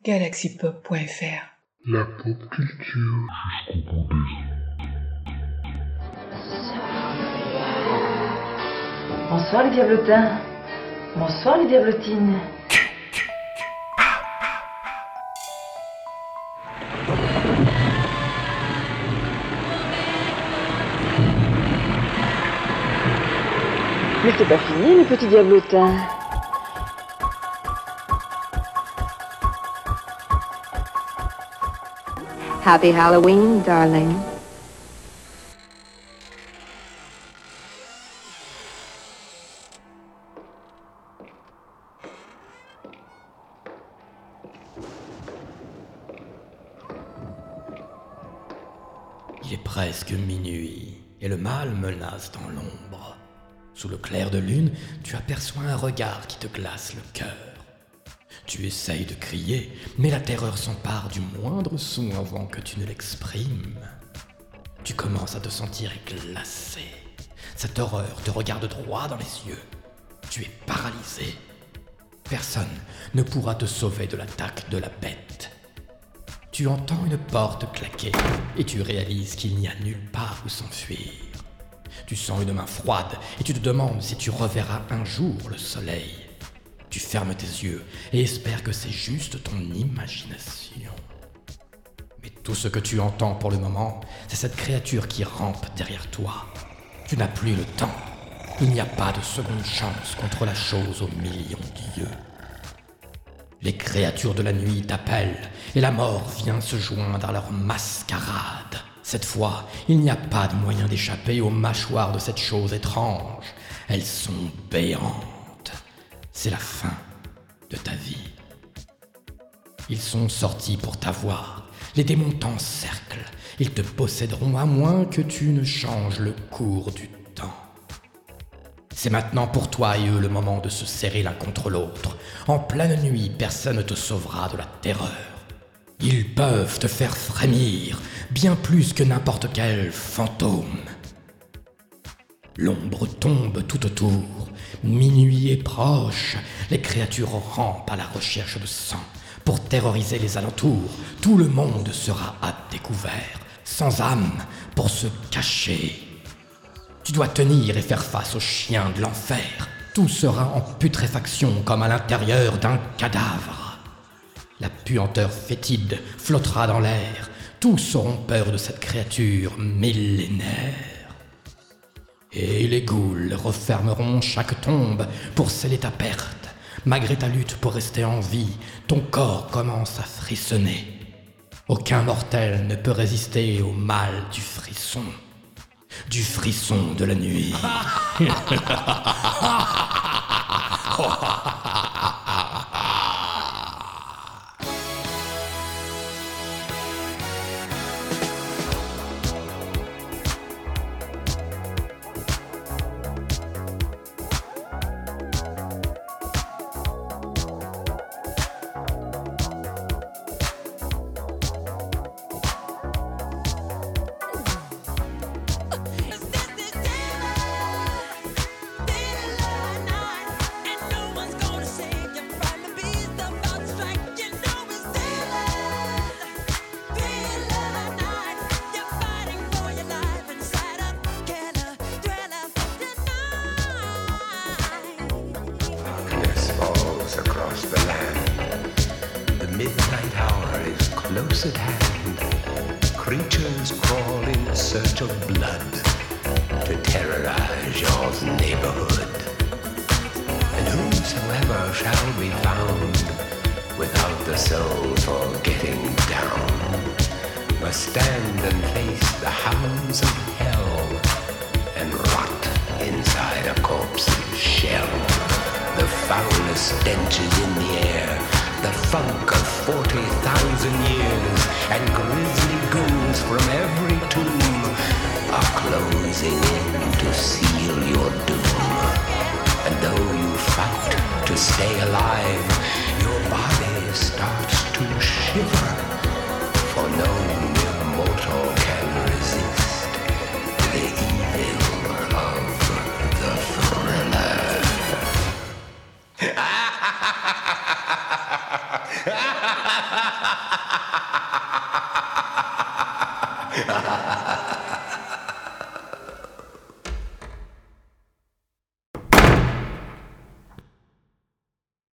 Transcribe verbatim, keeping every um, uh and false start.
galaxypop point f r. La pop culture jusqu'au bout des ondes. Bonsoir les diablotins. Bonsoir les diablotines. Mais c'est pas fini les petits diablotins. Happy Halloween, darling. Il est presque minuit, et le mal menace dans l'ombre. Sous le clair de lune, tu aperçois un regard qui te glace le cœur. Tu essayes de crier, mais la terreur s'empare du moindre son avant que tu ne l'exprimes. Tu commences à te sentir glacé. Cette horreur te regarde droit dans les yeux. Tu es paralysé. Personne ne pourra te sauver de l'attaque de la bête. Tu entends une porte claquer et tu réalises qu'il n'y a nulle part où s'enfuir. Tu sens une main froide et tu te demandes si tu reverras un jour le soleil. Tu fermes tes yeux et espères que c'est juste ton imagination. Mais tout ce que tu entends pour le moment, c'est cette créature qui rampe derrière toi. Tu n'as plus le temps. Il n'y a pas de seconde chance contre la chose aux millions d'yeux. Les créatures de la nuit t'appellent et la mort vient se joindre à leur mascarade. Cette fois, il n'y a pas de moyen d'échapper aux mâchoires de cette chose étrange. Elles sont béantes. C'est la fin de ta vie. Ils sont sortis pour t'avoir. Les démons t'encerclent. Ils te posséderont à moins que tu ne changes le cours du temps. C'est maintenant pour toi et eux le moment de se serrer l'un contre l'autre. En pleine nuit, personne ne te sauvera de la terreur. Ils peuvent te faire frémir, bien plus que n'importe quel fantôme. L'ombre tombe tout autour. Minuit est proche. Les créatures rampent à la recherche de sang. Pour terroriser les alentours, tout le monde sera à découvert, sans âme, pour se cacher. Tu dois tenir et faire face aux chiens de l'enfer. Tout sera en putréfaction comme à l'intérieur d'un cadavre. La puanteur fétide flottera dans l'air. Tous auront peur de cette créature millénaire. Et les ghouls refermeront chaque tombe pour sceller ta perte. Malgré ta lutte pour rester en vie, ton corps commence à frissonner. Aucun mortel ne peut résister au mal du frisson. Du frisson de la nuit. Across the land, the midnight hour is close at hand. Creatures crawl in search of blood to terrorize your neighborhood. And whosoever shall be found without the soul for getting down must stand and face the hounds of hell and rot inside a corpse's shell. The foulest stench is in the air, the funk of forty thousand years, and grisly ghouls from every tomb are closing in to seal your doom. And though you fight to stay alive, your body starts to shiver, for no mere mortal can resist the evil of the thriller. Ha ha ha ha ha ha ha! ha ha ha